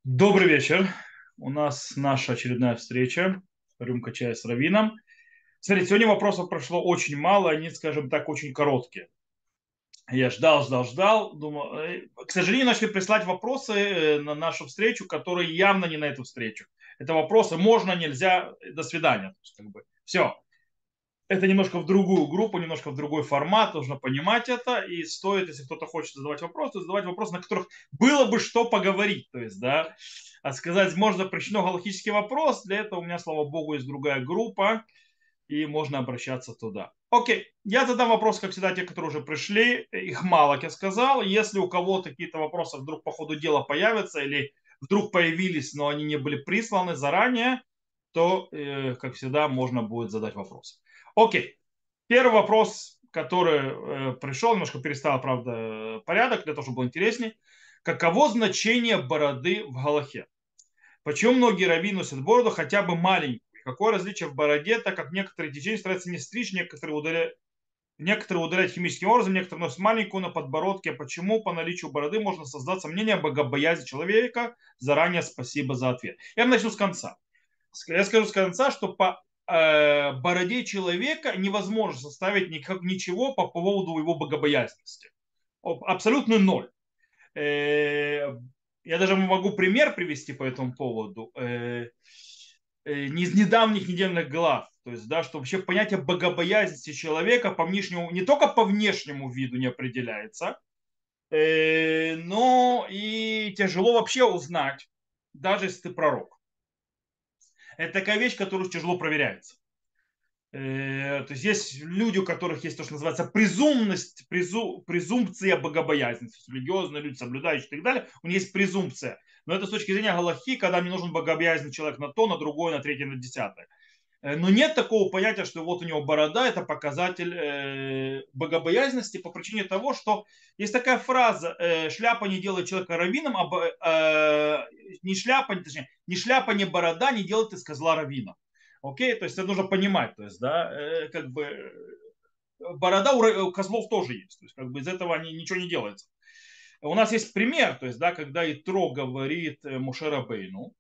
Добрый вечер. У нас наша очередная встреча. Рюмка чая с Равином. Смотрите, сегодня вопросов прошло очень мало, они, скажем так, очень короткие. Я ждал. Думал, к сожалению, начали присылать вопросы на нашу встречу, которые явно не на эту встречу. Это вопросы можно, нельзя, до свидания. То есть, как бы, все. Это немножко в другую группу, немножко в другой формат, нужно понимать это, и стоит, если кто-то хочет задавать вопросы, то задавать вопросы, на которых было бы что поговорить, то есть, да, а сказать, можно запрещено галактический вопрос, для этого у меня, слава богу, есть другая группа, и можно обращаться туда. Окей, я задам вопрос, как всегда, те, которые уже пришли, их мало, как я сказал, если у кого-то какие-то вопросы вдруг по ходу дела появятся, или вдруг появились, но они не были присланы заранее, то, как всегда, можно будет задать вопрос. Окей. Первый вопрос, который пришел, немножко перестал, правда, порядок, для того, чтобы было интереснее. Каково значение бороды в Галахе? Почему многие раввины носят бороду хотя бы маленькую? Какое различие в бороде, так как некоторые течения стараются не стричь, некоторые удаляют химическим образом, некоторые носят маленькую на подбородке. Почему по наличию бороды можно создать сомнение о богобоязни человека? Заранее спасибо за ответ. Я начну с конца. Я скажу с конца, что по бороде человека невозможно составить ничего по поводу его богобоязненности. Абсолютно ноль. Я даже могу пример привести по этому поводу. Не из недавних недельных глав. То есть, да, что вообще понятие богобоязненности человека по внешнему, не только по внешнему виду не определяется, но и тяжело вообще узнать, даже если ты пророк. Это такая вещь, которая тяжело проверяется. То есть есть люди, у которых есть то, что называется презумпция богобоязненности. Религиозные люди, соблюдающие и так далее, у них есть презумпция. Но это с точки зрения Галахи, когда мне нужен богобоязненный человек на то, на другое, на третье, на десятое. Но нет такого понятия, что вот у него борода, это показатель богобоязненности по причине того, что есть такая фраза, шляпа не делает человека раввином, не шляпа, точнее, не шляпа, не борода не делает из козла раввина. Окей, то есть это нужно понимать, то есть, да, как бы борода у козлов тоже есть, то есть как бы из этого ничего не делается. У нас есть пример, то есть, да, когда Итро говорит Моше Рабейну,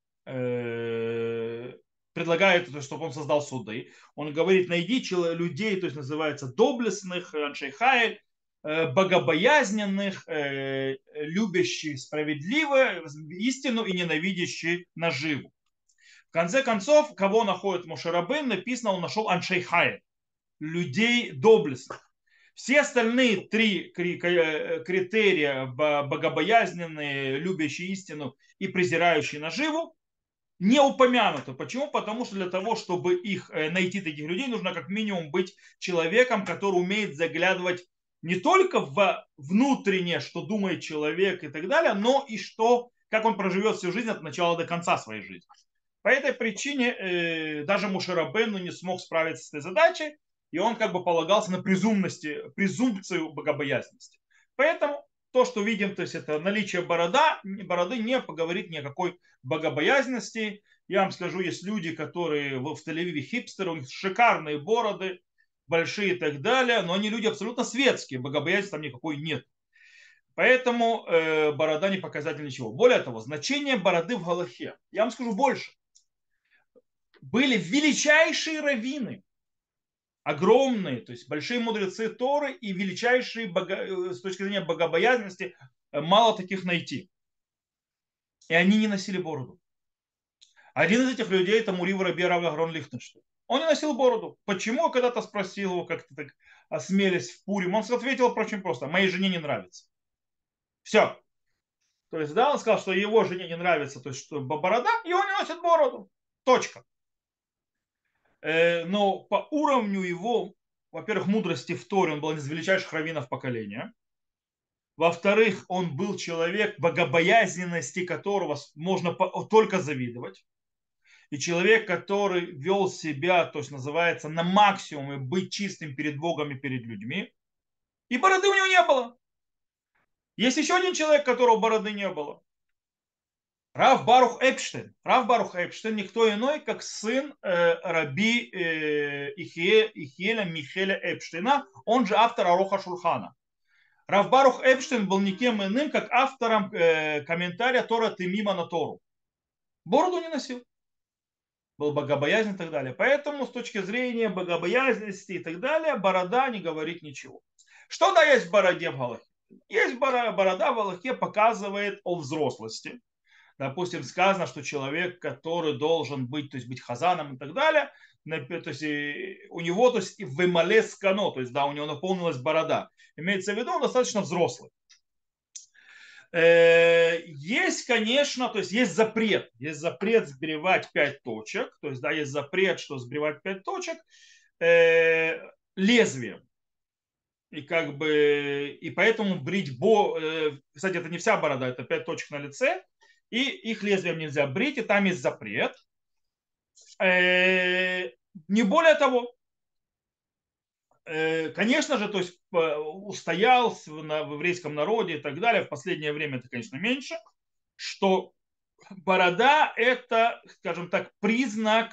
предлагает, то есть, чтобы он создал суды, он говорит, найди людей, то есть называется доблестных, аншейхайль, богобоязненных, любящих справедливо, истину и ненавидящих наживу. В конце концов, кого находит Мошерабын, написано, он нашел Аншейхай, людей доблестных. Все остальные три критерия, богобоязненные, любящие истину и презирающие наживу, не упомянуты. Почему? Потому что для того, чтобы их найти, таких людей, нужно как минимум быть человеком, который умеет заглядывать не только в внутреннее, что думает человек и так далее, но и что, как он проживет всю жизнь от начала до конца своей жизни. По этой причине даже Мушерабену не смог справиться с этой задачей, и он как бы полагался на презумпцию богобоязненности. Поэтому то, что видим, то есть это наличие бороды не поговорит ни о какой богобоязненности. Я вам скажу, есть люди, которые в Тель-Авиве хипстеры, у них шикарные бороды, большие и так далее, но они люди абсолютно светские, богобоязненности там никакой нет. Поэтому борода не показатель ничего. Более того, значение бороды в Галахе. Я вам скажу больше. Были величайшие раввины, огромные, то есть большие мудрецы Торы и величайшие с точки зрения богобоязненности, мало таких найти. И они не носили бороду. Один из этих людей это Мури Раби Рав Агрон Лихтенштейн. Он не носил бороду. Почему? Я когда-то спросил его, как-то так осмелись в Пурим. Он ответил очень просто. Моей жене не нравится. Все. То есть, да, он сказал, что его жене не нравится, то есть, что борода, и он не носит бороду. Точка. Но по уровню его, во-первых, мудрости в Торе, он был один из величайших раввинов поколения. Во-вторых, он был человек, богобоязненности которого можно только завидовать. И человек, который вел себя, то есть называется, на максимуме быть чистым перед Богом и перед людьми. И бороды у него не было. Есть еще один человек, которого бороды не было. Рав Барух Эпштейн. Рав Барух Эпштейн никто иной, как сын раби Ихиеля Михеля Эпштейна, он же автор Ароха Шульхана. Рав Барух Эпштейн был никем иным, как автором комментария Тора Темима на Тору. Бороду не носил. Был богобоязнен и так далее. Поэтому с точки зрения богобоязненности и так далее, борода не говорит ничего. Что да есть в бороде в Галахе? Есть борода в Галахе показывает о взрослости. Допустим, сказано, что человек, который должен быть, то есть быть хазаном и так далее, то есть у него, то есть в эмале скано, то есть да, у него наполнилась борода. Имеется в виду, он достаточно взрослый. Есть, конечно, то есть есть запрет сбривать 5 точек, то есть да, есть запрет, что сбривать 5 точек лезвием. И как бы, и поэтому кстати, это не вся борода, это 5 точек на лице, и их лезвием нельзя брить, и там есть запрет. Не более того, конечно же, то есть устоял в еврейском народе и так далее, в последнее время это, конечно, меньше, что борода это, скажем так, признак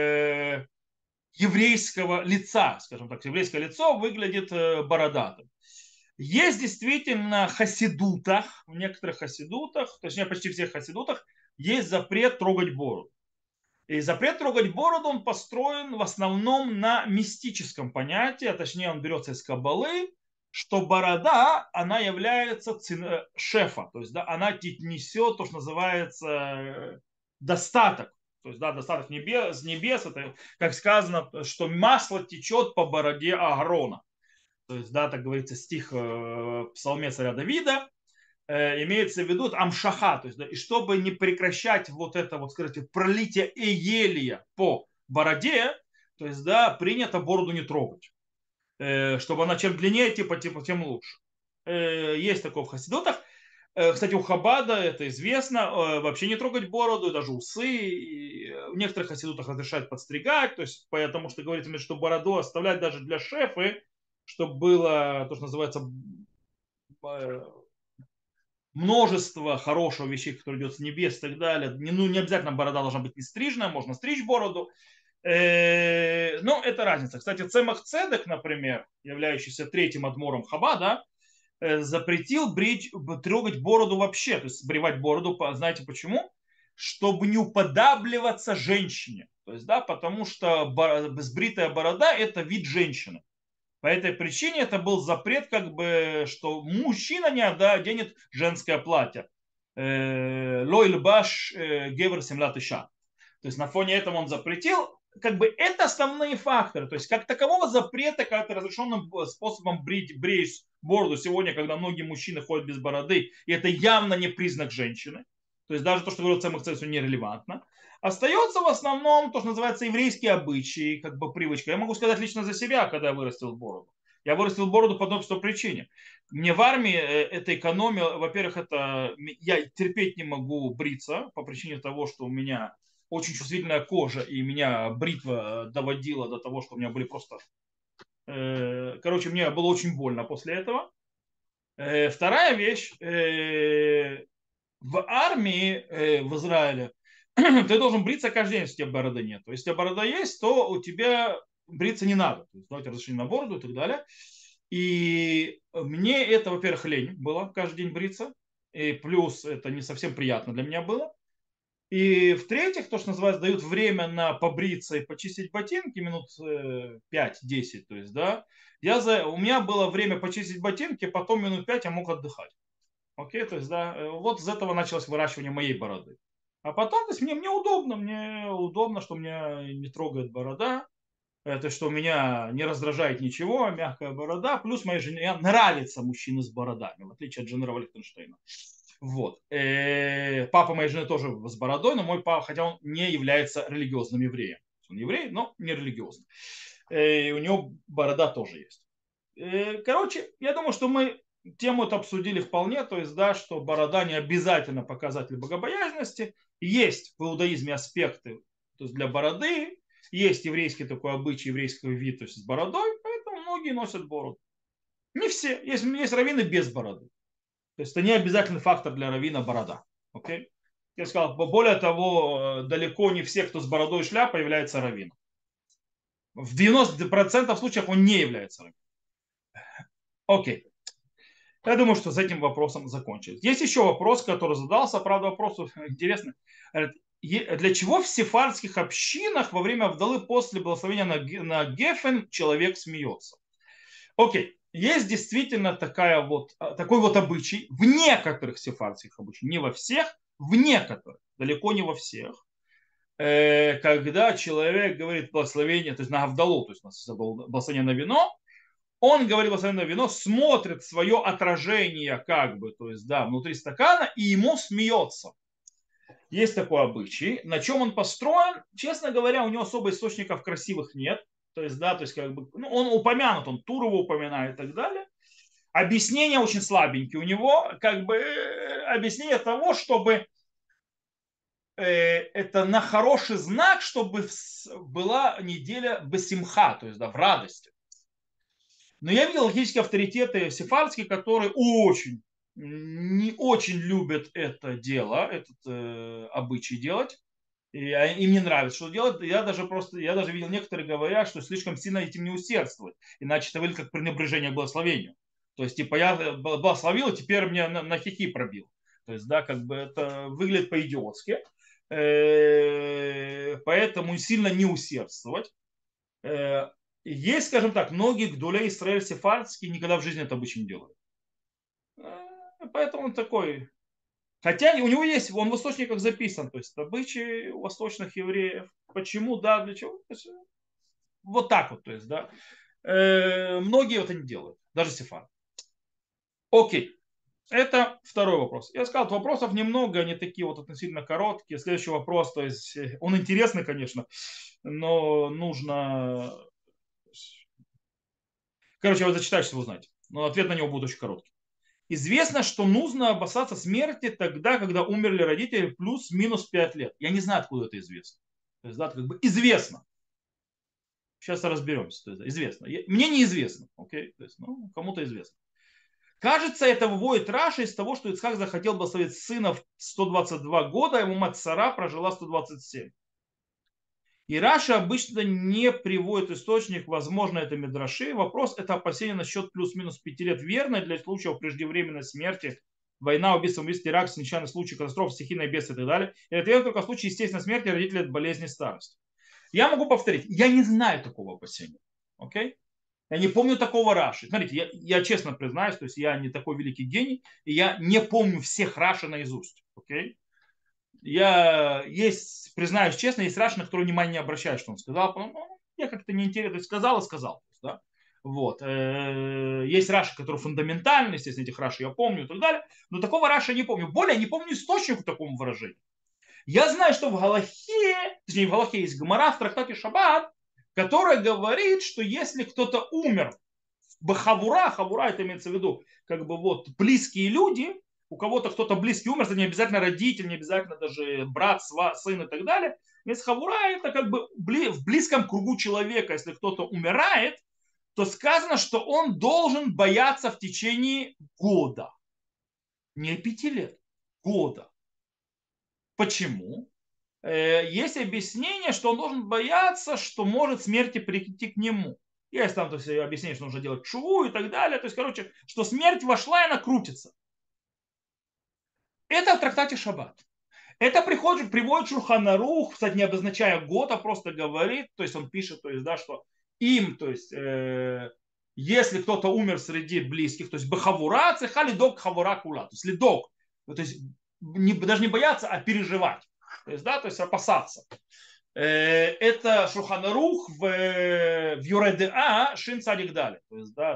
еврейского лица, скажем так, еврейское лицо выглядит бородатым. Есть действительно хасидутах, в некоторых хасидутах, точнее почти всех хасидутах, есть запрет трогать бороду. И запрет трогать бороду, он построен в основном на мистическом понятии, а точнее он берется из Каббалы, что борода, она является шефа, то есть да, она несет то, что называется достаток. То есть, да, достаток с небес, это, как сказано, что масло течет по бороде Аарона. То есть, да, так говорится стих в псалме царя Давида, имеется в виду амшаха, то есть, да, и чтобы не прекращать вот это, вот, скажите, пролитие эелия по бороде, то есть, да, принято бороду не трогать. Чтобы она чем длиннее, тем лучше. Есть такое в хасидутах. Кстати, у Хабада это известно, вообще не трогать бороду, даже усы. И в некоторых хасидутах разрешают подстригать, то есть, потому что говорится, что бороду оставлять даже для шефы, чтобы было то, что называется э, множество хороших вещей, которые идет с небес и так далее. Не обязательно борода должна быть не стрижена, можно стричь бороду. Но это разница. Кстати, Цемах Цедек, например, являющийся третьим адмором Хабада, запретил трогать бороду вообще, то есть сбривать бороду, знаете почему? Чтобы не уподабливаться женщине. То есть, да, потому что сбритая борода – это вид женщины. По этой причине это был запрет, как бы, что мужчина не оденет женское платье. Лойль баш гевер семлат иша. То есть на фоне этого он запретил. Как бы это основные факторы. То есть как такового запрета, как разрешенным способом бреешь бороду сегодня, когда многие мужчины ходят без бороды, и это явно не признак женщины. То есть даже то, что говорил Цемах Цецу, нерелевантно. Остается в основном то, что называется еврейские обычаи, как бы привычка. Я могу сказать лично за себя, когда я вырастил бороду. Я вырастил бороду по одной простой причине. Мне в армии это экономия, во-первых, это я терпеть не могу бриться по причине того, что у меня очень чувствительная кожа, и меня бритва доводила до того, что у меня были просто... Короче, мне было очень больно после этого. Вторая вещь. В армии в Израиле ты должен бриться каждый день, если у тебя бороды нет. То есть, если у тебя борода есть, то у тебя бриться не надо. То есть, давайте разрешение на бороду и так далее. И мне это, во-первых, лень было каждый день бриться. И плюс это не совсем приятно для меня было. И в-третьих, то, что называется, дают время на побриться и почистить ботинки минут 5-10. То есть, да, у меня было время почистить ботинки, потом минут 5 я мог отдыхать. Окей, то есть, да, вот с этого началось выращивание моей бороды. А потом, то есть, мне удобно, что меня не трогает борода, это что меня не раздражает ничего, мягкая борода, плюс моей жене нравятся мужчины с бородами, в отличие от Дженера Валихтенштейна. Вот. Папа моей жены тоже с бородой, но мой папа, хотя он не является религиозным евреем. Он еврей, но не религиозный. И у него борода тоже есть. Короче, я думаю, что мы тему это обсудили вполне, то есть, да, что борода не обязательно показатель богобоязненности. Есть в иудаизме аспекты, то есть для бороды, есть еврейский такой обычай, еврейского вид, то есть с бородой, поэтому многие носят бороду. Не все. Есть раввины без бороды. То есть это не обязательный фактор для раввина борода. Окей? Я сказал, более того, далеко не все, кто с бородой и шляпой, является раввином. В 90% случаев он не является раввином. Окей. Я думаю, что с этим вопросом закончили. Есть еще вопрос, который задался, правда, вопрос интересный. для чего в сефардских общинах во время Авдалы после благословения на Гефен человек смеется? Окей, есть действительно такой вот обычай в некоторых сефардских обычаях, не во всех, в некоторых, далеко не во всех, когда человек говорит благословение, то есть на Авдалу, то есть благословение на вино, он говорит благословение на вино, смотрит свое отражение как бы, то есть да, внутри стакана и ему смеется. Есть такой обычай. На чем он построен? Честно говоря, у него особо источников красивых нет. То есть, да, то есть, как бы, ну, он упомянут, он Тур его упоминает и так далее. Объяснение очень слабенькие. У него, как бы, объяснение того, чтобы это на хороший знак, чтобы была неделя бесимха, то есть, да, в радости. Но я видел логические авторитеты сефардские, которые не очень любят это дело, этот обычай делать. Им не нравится, что делать. Я даже видел некоторые говорят, что слишком сильно этим не усердствовать. Иначе это выглядит как пренебрежение к благословению. То есть, типа, я благословил, и теперь мне на хихи пробил. То есть, да, как бы это выглядит по-идиотски. Поэтому сильно не усердствовать. Есть, скажем так, многие гдулей Исраэль сефардские никогда в жизни это обычно не делают. Поэтому он такой. Хотя у него есть, он в источниках записан, то есть обычаи у восточных евреев. Почему, да, для чего? Вот так вот, то есть, да. Многие это не делают, даже сефар. Окей, это второй вопрос. Я сказал, вопросов немного, они такие вот относительно короткие. Следующий вопрос, то есть он интересный, конечно, но нужно... Короче, я вот зачитаю, чтобы узнать. Но ответ на него будет очень короткий. Известно, что нужно опасаться смерти тогда, когда умерли родители плюс-минус 5 лет. Я не знаю, откуда это известно. То есть, да, как бы известно. Сейчас разберемся. То есть, да, известно. Мне неизвестно. Окей? То есть, ну, кому-то известно. Кажется, это выводит Раша из того, что Ицхак захотел благословить сына в 122 года, а ему мать Сара прожила 127. И Раша обычно не приводит источник, возможно, это Мидраши. Вопрос, это опасение насчет плюс-минус 5 лет верно для случаев преждевременной смерти, война, убийство, теракт, несчастный случай, катастрофа, стихийное бедствие и так далее. И это верно только в случае естественной смерти родителей от болезни старости. Я могу повторить, я не знаю такого опасения. Окей? Я не помню такого Раши. Смотрите, я честно признаюсь, то есть я не такой великий гений, и я не помню всех Раши наизусть. Окей? Признаюсь честно, есть Раши, на которые внимание не обращаю, что он сказал. Ну, я как-то не интересно, сказал и сказал. Да? Вот. Есть Раши, которые фундаментальны, естественно, этих Раши я помню и так далее, но такого Раши я не помню. Более, я не помню источник к такому выражению. Я знаю, что в Галахе, точнее в Галахе есть Гмара в трактате Шаббат, которая говорит, что если кто-то умер, хавура это имеется в виду, как бы вот близкие люди, у кого-то кто-то близкий умер, это не обязательно родитель, не обязательно даже брат, сын и так далее. Если хавура это как бы в близком кругу человека, если кто-то умирает, то сказано, что он должен бояться в течение года. Не 5 лет, года. Почему? Есть объяснение, что он должен бояться, что может смерти прийти к нему. Есть там то есть, объяснение, что нужно делать чуву и так далее. То есть, короче, что смерть вошла и она крутится. Это в трактате Шаббат. Это приводит Шулхан Арух, кстати, не обозначая год, а просто говорит, то есть он пишет, то есть, да, что им, то есть, если кто-то умер среди близких, то есть бахавура, цеха лидок хавура кула, то есть лидок, то есть даже не бояться, а переживать, то есть, да, то есть опасаться. Это Шулханарух в Юредеа Шин Цадик Дали, то есть, да,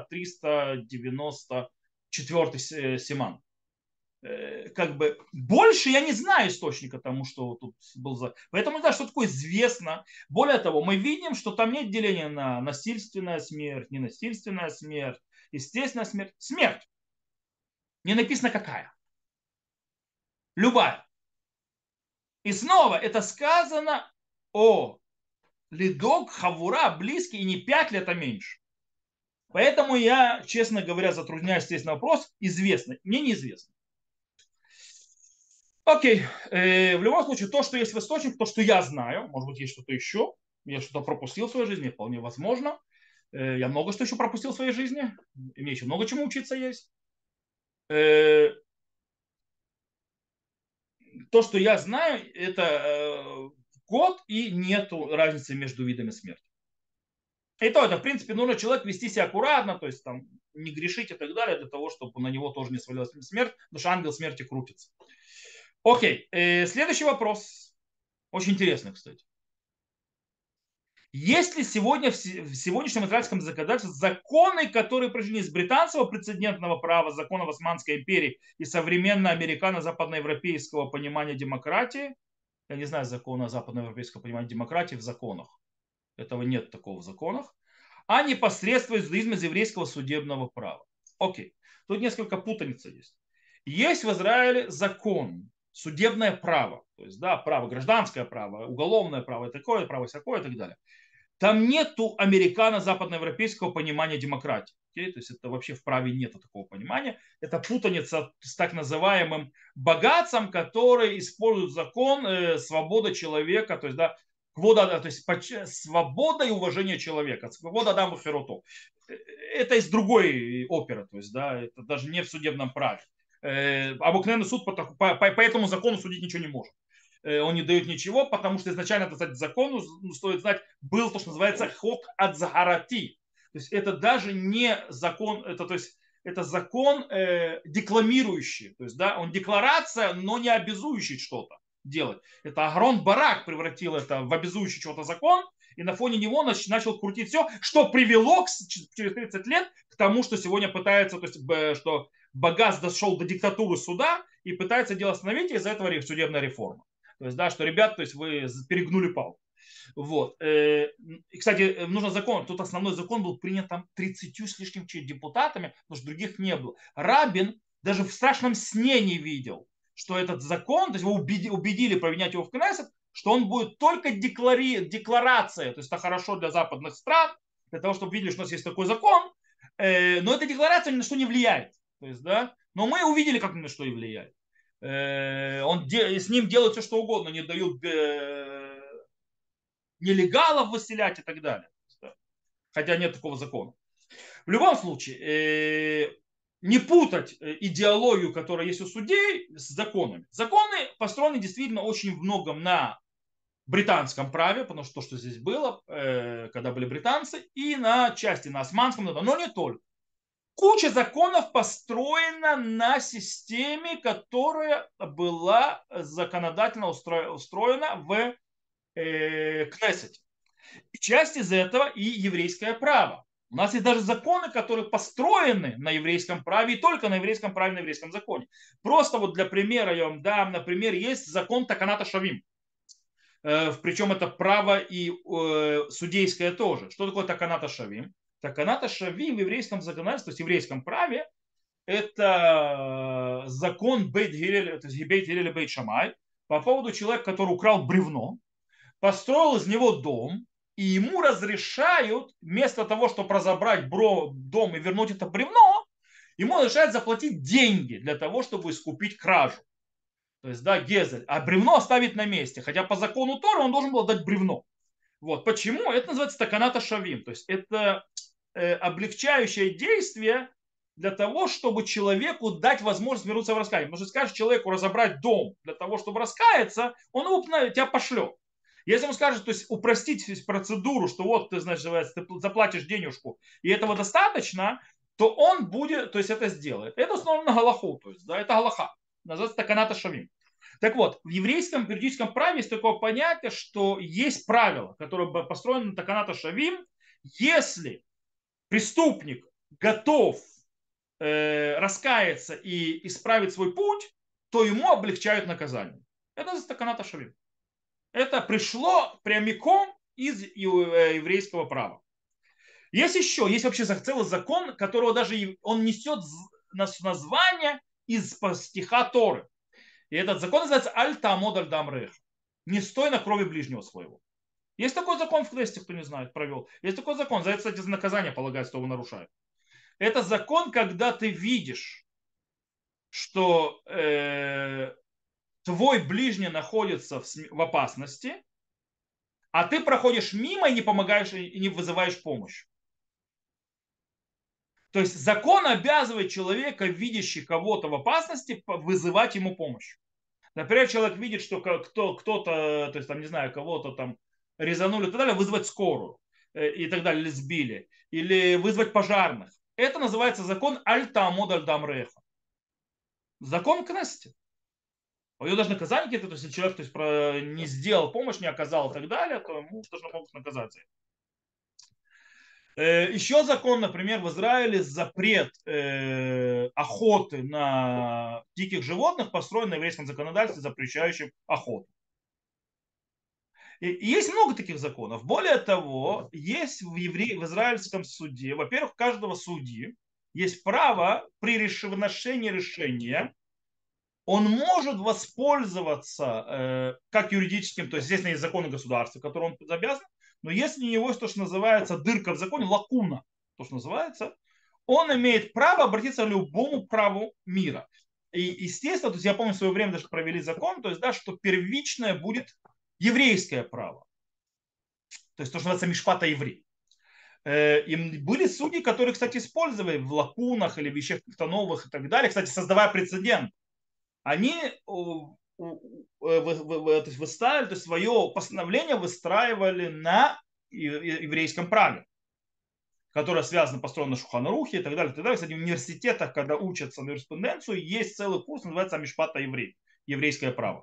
394 Симан. Как бы больше я не знаю источника тому, что тут был за. Поэтому не знаю, что такое известно. Более того, мы видим, что там нет деления на насильственная смерть, ненасильственная смерть, естественная смерть. Смерть. Не написано какая. Любая. И снова это сказано о лидок, хавура, близкий, и не 5 лет, а меньше. Поэтому я, честно говоря, затрудняюсь здесь на вопрос. Известно. Мне неизвестно. Окей. В любом случае, то, что есть в источнике, то, что я знаю, может быть, есть что-то еще, я что-то пропустил в своей жизни, вполне возможно. Я много что еще пропустил в своей жизни, и мне еще много чему учиться есть. То, что я знаю, это год, и нету разницы между видами смерти. И то, это, в принципе, нужно человек вести себя аккуратно, то есть там не грешить и так далее, для того, чтобы на него тоже не свалилась смерть, потому что ангел смерти крутится. Окей, следующий вопрос. Очень интересный, кстати. Есть ли сегодня в сегодняшнем израильском законодательстве законы, которые пришли из британского прецедентного права, законов Османской империи и современно американо-западноевропейского понимания демократии? Я не знаю закона западноевропейского понимания демократии в законах. Этого нет такого в законах. А непосредственно из иудаизма, из еврейского судебного права. Окей. Тут несколько путаницы есть. Есть в Израиле закон, судебное право. То есть, да, право, гражданское право, уголовное право, такое право, всякое и так далее. Там нету американо-западноевропейского понимания демократии. Okay? То есть это вообще в праве нет такого понимания. Это путаница с так называемым богатцем, который использует закон свободы человека, то есть, да, то есть свобода и уважение человека, свобода Адама Херото. Это из другой оперы, то есть, да, это даже не в судебном праве. Обыкновенный суд по этому закону судить ничего не может. Он не дает ничего, потому что изначально, кстати, закону, стоит знать, был то, что называется хок от загарати. То есть это даже не закон, это, то есть, это закон декламирующий. То есть, да, он декларация, но не обязующий что-то делать. Это Агрон Барак превратил это в обязующий что-то закон, и на фоне него начал крутить все, что привело через 30 лет к тому, что сегодня пытается, то есть, что Багаз дошел до диктатуры суда и пытается дело остановить, и из-за этого судебная реформа. То есть, да, что, ребят, то есть вы перегнули палку. Вот. И, кстати, нужно закон. Тут основной закон был принят там 30 с лишним депутатами, потому что других не было. Рабин даже в страшном сне не видел, что этот закон, то есть его убедили поменять его в Кнессет, что он будет только декларация, то есть это хорошо для западных стран, для того, чтобы видели, что у нас есть такой закон, но эта декларация ни на что не влияет. То есть, да, но мы увидели, как ни на что и влияет. С ним делают все, что угодно, не дают нелегалов выселять и так далее. Хотя нет такого закона. В любом случае, не путать идеологию, которая есть у судей, с законами. Законы построены действительно очень многом на британском праве, потому что то, что здесь было, когда были британцы, и на части на османском, но не только. Куча законов построена на системе, которая была законодательно устроена в Кнессете. И часть из этого и еврейское право. У нас есть даже законы, которые построены на еврейском праве, и только на еврейском праве, на еврейском законе. Просто вот для примера я вам дам, например, есть закон Таканата Шавим. Причем это право и судейское тоже. Что такое Таканата Шавим? Таканата Шавим в еврейском законодательстве, то есть в еврейском праве, это закон Бейт Гилель, то есть Бейт Гилель Бейт Шамай, по поводу человека, который украл бревно, построил из него дом, и ему разрешают, вместо того, чтобы разобрать дом и вернуть это бревно, ему разрешают заплатить деньги для того, чтобы искупить кражу. То есть, да, Гезель. А бревно оставить на месте. Хотя по закону Тора он должен был дать бревно. Вот. Почему? Это называется таканата шавим. То есть это облегчающее действие для того, чтобы человеку дать возможность вернуться в раскаяние. Потому что скажешь человеку разобрать дом для того, чтобы раскаяться, он тебя пошлет. Если ему скажет, то есть упростить процедуру, что вот ты, значит, ты заплатишь денежку, и этого достаточно, то он будет, то есть это сделает. Это установлено на галаху, то есть, да, это галаха. Называется таканата шавим. Так вот, в еврейском юридическом праве есть такое понятие, что есть правило, которое построено на таканата шавим. Если преступник готов раскаяться и исправить свой путь, то ему облегчают наказание. Это таканата шавим. Это пришло прямиком из еврейского права. Есть еще, есть вообще целый закон, которого даже он несет название из стиха Торы. И этот закон называется «Аль-Тамод аль-Дамрех». Не стой на крови ближнего своего. Есть такой закон в Кнессете, кто не знает, провел. Есть такой закон. За это, кстати, за наказание полагается, кто его нарушает. Это закон, когда ты видишь, что твой ближний находится в опасности, а ты проходишь мимо и не помогаешь, и не вызываешь помощь. То есть закон обязывает человека, видящий кого-то в опасности, вызывать ему помощь. Например, человек видит, что кто-то, то есть там, не знаю, кого-то там резанули и так далее, вызвать скорую и так далее, или сбили, или вызвать пожарных. Это называется закон аль-Таамод аль-Дамреха. Закон Кнессета. У него даже наказание какие-то, то есть если человек то есть, не сделал помощь, не оказал и так далее, то ему должны могут наказать за это. Еще закон, например, в Израиле запрет охоты на диких животных построен на еврейском законодательстве, запрещающем охоту. И есть много таких законов. Более того, есть в израильском суде, во-первых, у каждого судьи есть право при выношении решения, он может воспользоваться как юридическим, то есть здесь есть законы государства, которые он обязан, но если у него есть то, что называется дырка в законе, лакуна, то, что называется, он имеет право обратиться к любому праву мира. И, естественно, то есть я помню, в свое время даже провели закон, то есть, да, что первичное будет еврейское право. То есть то, что называется мишпата еврей. И были судьи, которые, кстати, использовали в лакунах или вещах каких-то новых и так далее, кстати, создавая прецедент. Они то есть выставили, то есть свое постановление выстраивали на еврейском праве, которое связано, построено на Шуханарухе и так далее, и так далее. Кстати, в университетах, когда учатся на юриспруденцию, есть целый курс, называется Мишпата еврей, еврейское право.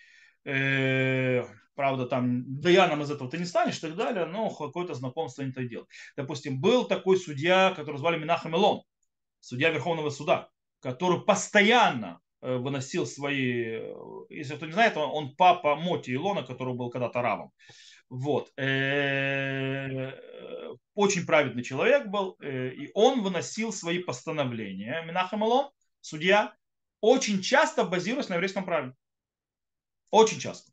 Правда, там даяном из этого ты не станешь и так далее, но какое-то знакомство не то дело. Допустим, был такой судья, который звали Минахем Илон, судья Верховного суда, который постоянно выносил свои, если кто не знает, он папа Моти Илона, который был когда-то равом. Вот. Очень праведный человек был, и он выносил свои постановления. Минахем Илон, судья, очень часто базируясь на еврейском праве. Очень часто.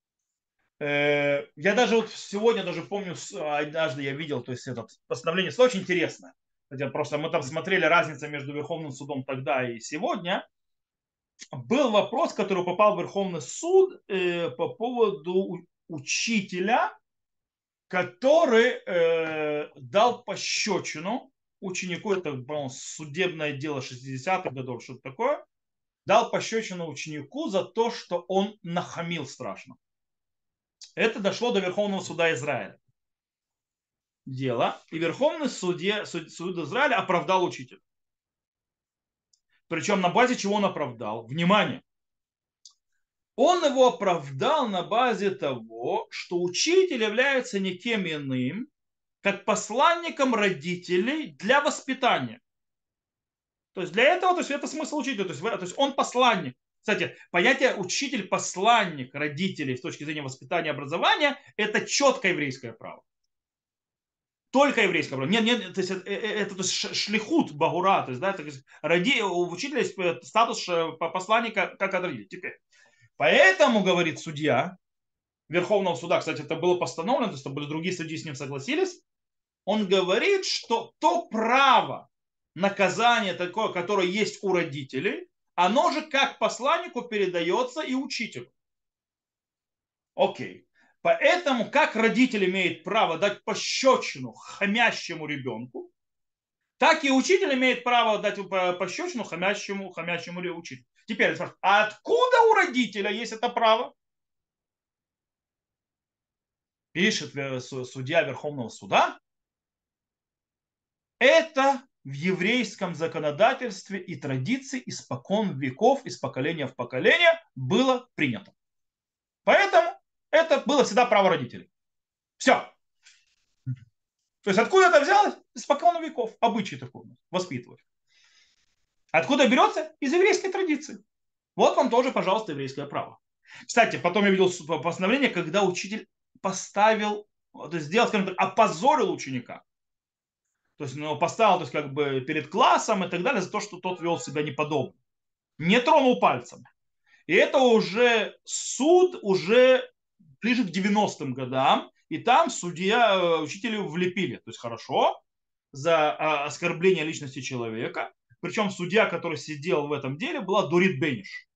Я даже вот сегодня даже помню, однажды я видел, то есть это постановление, это очень интересно. Хотя просто мы там смотрели разницу между Верховным судом тогда и сегодня. Был вопрос, который попал в Верховный суд по поводу учителя, который дал пощечину ученику, это, по-моему, судебное дело 60-х годов, что-то такое, дал пощечину ученику за то, что он нахамил страшно. Это дошло до Верховного суда Израиля. Дело. И Верховный суд Израиля оправдал учителя. Причем на базе чего он оправдал? Внимание. Он его оправдал на базе того, что учитель является никем иным, как посланником родителей для воспитания. То есть для этого, то есть это смысл учителя, то есть он посланник. Кстати, понятие учитель-посланник родителей с точки зрения воспитания и образования – это четкое еврейское право. Только еврейское право. Нет, то есть это то есть шлихут багура, то есть, да, у учителя есть статус посланника как от родителей. Теперь, поэтому, говорит судья Верховного суда, кстати, это было постановлено, то есть это были другие судьи с ним согласились, он говорит, что то право наказания такое, которое есть у родителей, оно же как посланнику передается и учителю. Окей. Поэтому как родитель имеет право дать пощечину хамящему ребенку, так и учитель имеет право дать пощечину хамящему учителю. Теперь спрашиваю, а откуда у родителя есть это право? Пишет судья Верховного суда. Это в еврейском законодательстве и традиции испокон веков, из поколения в поколение было принято. Поэтому это было всегда право родителей. Все. То есть откуда это взялось? Испокон веков. Обычай такой у нас. Воспитывать. Откуда берется? Из еврейской традиции. Вот вам тоже, пожалуйста, еврейское право. Кстати, потом я видел постановление, когда учитель поставил, то есть сделал, скажем так, опозорил ученика. То есть, ну, поставил, то есть, как бы перед классом и так далее за то, что тот вел себя неподобно. Не тронул пальцем. И это уже суд уже ближе к 90-м годам. И там судья, учителю влепили. То есть хорошо за оскорбление личности человека. Причем судья, который сидел в этом деле, была Дорит Бениш.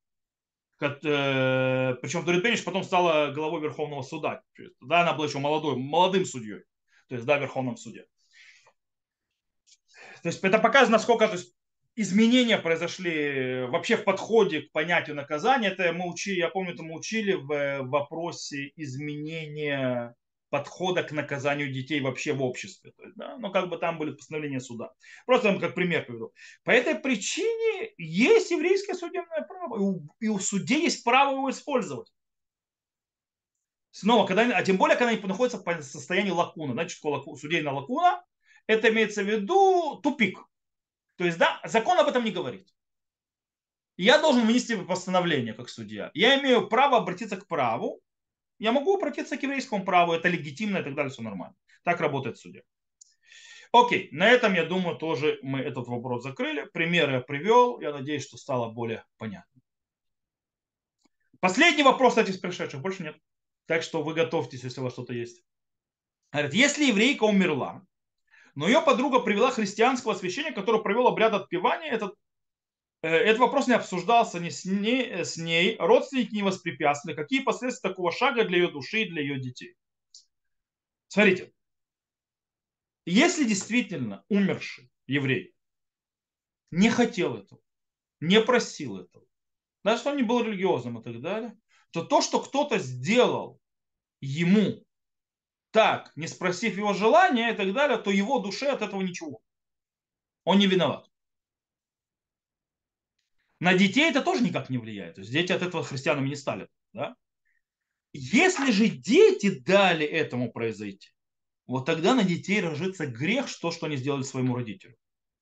Причем Дорит Бениш потом стала главой Верховного суда. Да, она была еще молодым судьей. То есть, да, в Верховном суде. То есть это показывает, насколько то есть, изменения произошли вообще в подходе к понятию наказания. Это мы учили, я помню, это мы учили в вопросе изменения подхода к наказанию детей вообще в обществе. То есть, да? Но как бы там были постановления суда. Просто вам как пример приведу. По этой причине есть еврейское судебное право. И у судей есть право его использовать. Снова, а тем более, когда они находятся в состоянии лакуна. Значит, судейная лакуна, это имеется в виду тупик. То есть, да, закон об этом не говорит. Я должен вынести постановление как судья. Я имею право обратиться к праву. Я могу обратиться к еврейскому праву. Это легитимно и так далее. Все нормально. Так работает судья. Окей. На этом, я думаю, тоже мы этот вопрос закрыли. Примеры я привел. Я надеюсь, что стало более понятно. Последний вопрос, кстати, из пришедших. Больше нет. Так что вы готовьтесь, если у вас что-то есть. Говорит, если еврейка умерла, но ее подруга привела христианского священника, который провел обряд отпевания, этот вопрос не обсуждался ни с ней, родственники не воспрепятствовали. Какие последствия такого шага для ее души и для ее детей? Смотрите, если действительно умерший еврей не хотел этого, не просил этого, даже что он не был религиозным и так далее, то, что кто-то сделал ему так, не спросив его желания и так далее, то его душе от этого ничего. Он не виноват. На детей это тоже никак не влияет. То есть дети от этого христианами не стали. Да? Если же дети дали этому произойти, вот тогда на детей ложится грех, что они сделали своему родителю.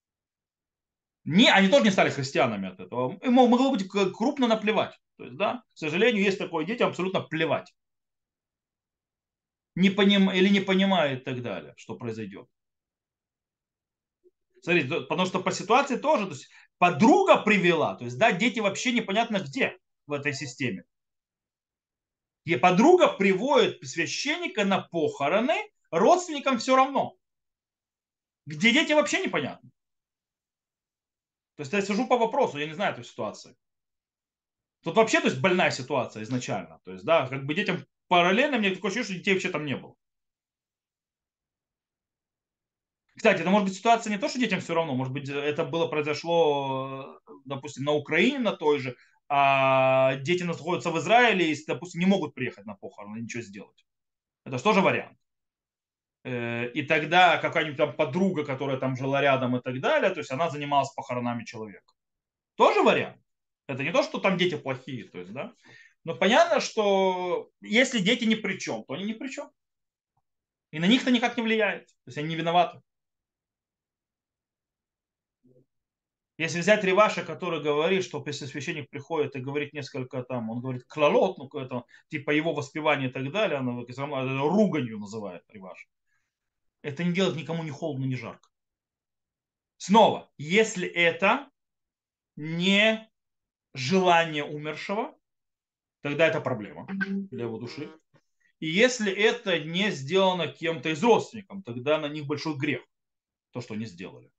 Они тоже не стали христианами от этого. Им могло быть крупно наплевать. То есть, да, к сожалению, есть такое, детям абсолютно плевать. Или не понимают и так далее, что произойдет. Смотрите, потому что по ситуации тоже, то есть подруга привела, то есть, да, дети вообще непонятно где в этой системе. И подруга приводит священника на похороны, родственникам все равно. Где дети вообще непонятно. То есть я сижу по вопросу, я не знаю этой ситуации. Тут вообще, то есть, больная ситуация изначально. То есть, да, как бы детям параллельно, мне такое ощущение, что детей вообще там не было. Кстати, это может быть ситуация не то, что детям все равно, может быть, это произошло, допустим, на Украине на той же, а дети находятся в Израиле и, допустим, не могут приехать на похороны, ничего сделать. Это же тоже вариант. И тогда какая-нибудь там подруга, которая там жила рядом и так далее, то есть она занималась похоронами человека. Тоже вариант. Это не то, что там дети плохие, то есть, да. Но понятно, что если дети ни при чем, то они ни при чем. И на них это никак не влияет. То есть они не виноваты. Если взять Реваша, который говорит, что если священник приходит и говорит несколько там, он говорит клалот, ну какое-то типа его воспевание и так далее, оно все равно руганью называет Реваш. Это не делает никому ни холодно, ни жарко. Снова, если это не желание умершего, тогда это проблема для его души. И если это не сделано кем-то из родственников, тогда на них большой грех, то, что они сделали.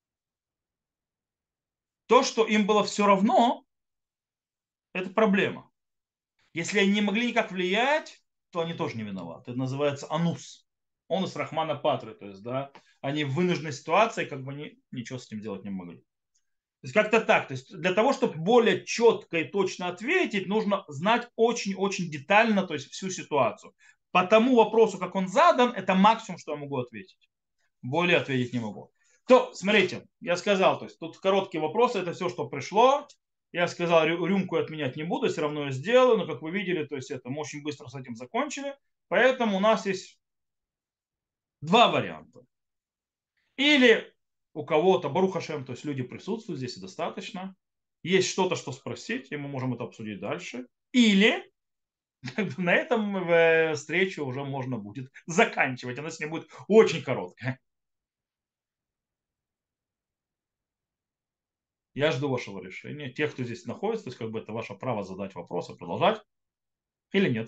То, что им было все равно, это проблема. Если они не могли никак влиять, то они тоже не виноваты. Это называется анус. Он из Рахмана Патры. То есть, да, они в вынужденной ситуации, как бы они ничего с этим делать не могли. То есть как-то так. То есть для того, чтобы более четко и точно ответить, нужно знать очень-очень детально, то есть всю ситуацию. По тому вопросу, как он задан, это максимум, что я могу ответить. Более ответить не могу. То, смотрите, я сказал, то есть тут короткие вопросы, это все, что пришло. Я сказал, рюмку отменять не буду, все равно я сделаю, но как вы видели, то есть это мы очень быстро с этим закончили. Поэтому у нас есть два варианта. Или у кого-то, Барух Хашем, то есть люди присутствуют здесь и достаточно. Есть что-то, что спросить, и мы можем это обсудить дальше. Или на этом встречу уже можно будет заканчивать. Она сегодня будет очень короткая. Я жду вашего решения. Тех, кто здесь находится, то есть как бы это ваше право задать вопросы, продолжать или нет.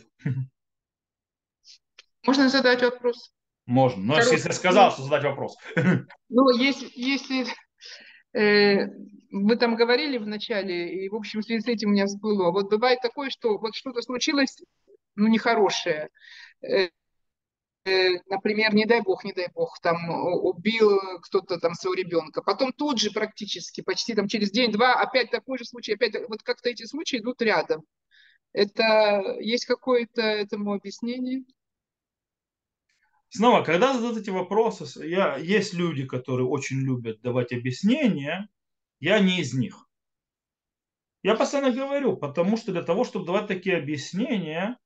Можно задать вопрос? Можно. Но если я Короткий. сказал, что задать вопрос. Ну, если э, вы там говорили в начале, и, в общем, в связи с этим у меня всплыло. Вот бывает такое, что вот что-то случилось, ну, нехорошее. Э, например, не дай бог, там убил кто-то там своего ребенка. Потом тут же практически, почти там через день-два, опять такой же случай, опять вот как-то эти случаи идут рядом. Это есть какое-то этому объяснение? Снова, когда задают эти вопросы, есть люди, которые очень любят давать объяснения, я не из них. Я постоянно говорю, потому что для того, чтобы давать такие объяснения,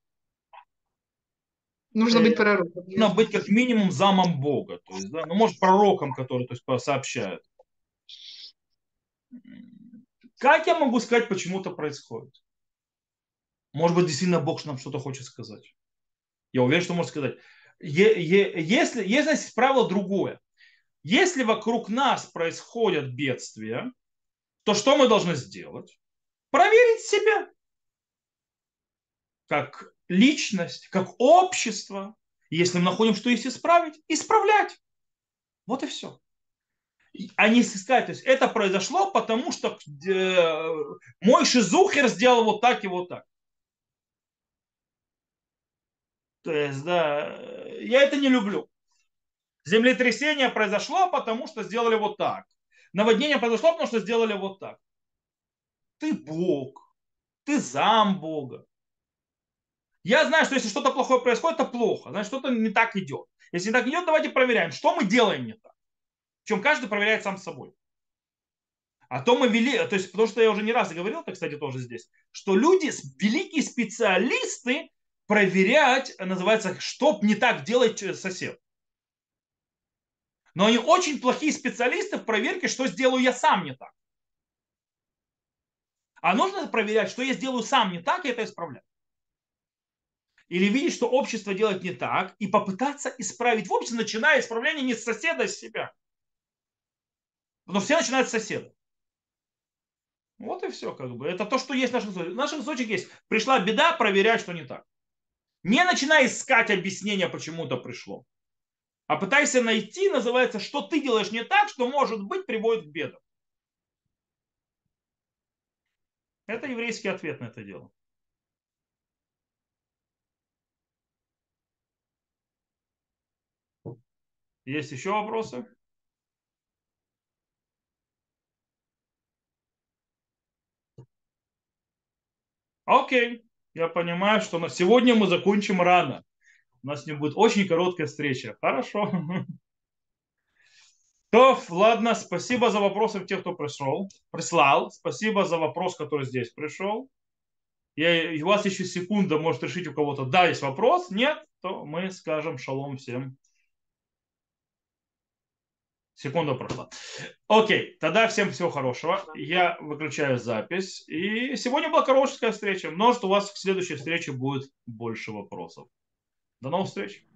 Нужно быть пророком, нужно ясно. быть как минимум замом Бога, то есть, да, ну, может, пророком, который, то есть, сообщает. Как я могу сказать, почему это происходит? Может быть, действительно Бог нам что-то хочет сказать. Я уверен, что может сказать. Если есть правило другое. Если вокруг нас происходят бедствия, то что мы должны сделать? Проверить себя как личность, как общество. Если мы находим, что есть исправить, исправлять. Вот и все. А не искать. То есть это произошло, потому что мой шизухер сделал вот так и вот так. То есть, да, я это не люблю. Землетрясение произошло, потому что сделали вот так. Наводнение произошло, потому что сделали вот так. Ты Бог, ты зам Бога. Я знаю, что если что-то плохое происходит, это плохо. Значит, что-то не так идет. Если не так идет, давайте проверяем, что мы делаем не так. Причем каждый проверяет сам собой. А то мы вели, то есть, потому что я уже не раз говорил, это, кстати, тоже здесь, что люди, великие специалисты, проверять, называется, что не так делает сосед. Но они очень плохие специалисты в проверке, что сделаю я сам не так. А нужно проверять, что я сделаю сам не так, и это исправлять. Или видеть, что общество делает не так, и попытаться исправить в обществе, начиная исправление не с соседа, а с себя. Но все начинают с соседа. Вот и все, как бы. Это то, что есть в наших источниках. В наших источниках есть. Пришла беда, проверять, что не так. Не начинай искать объяснения, почему это пришло. А пытайся найти, называется, что ты делаешь не так, что, может быть, приводит к бедам. Это еврейский ответ на это дело. Есть еще вопросы? Окей. Я понимаю, что на сегодня мы закончим рано. У нас не будет очень короткая встреча. Хорошо. То, ладно, спасибо за вопросы тех, кто прислал. Спасибо за вопрос, который здесь пришел. У вас еще секунда может решить у кого-то, да, есть вопрос, нет, то мы скажем шалом всем. Секунда прошла. Окей, тогда всем всего хорошего. Я выключаю запись. И сегодня была хорошая встреча. Может, у вас в следующей встрече будет больше вопросов. До новых встреч.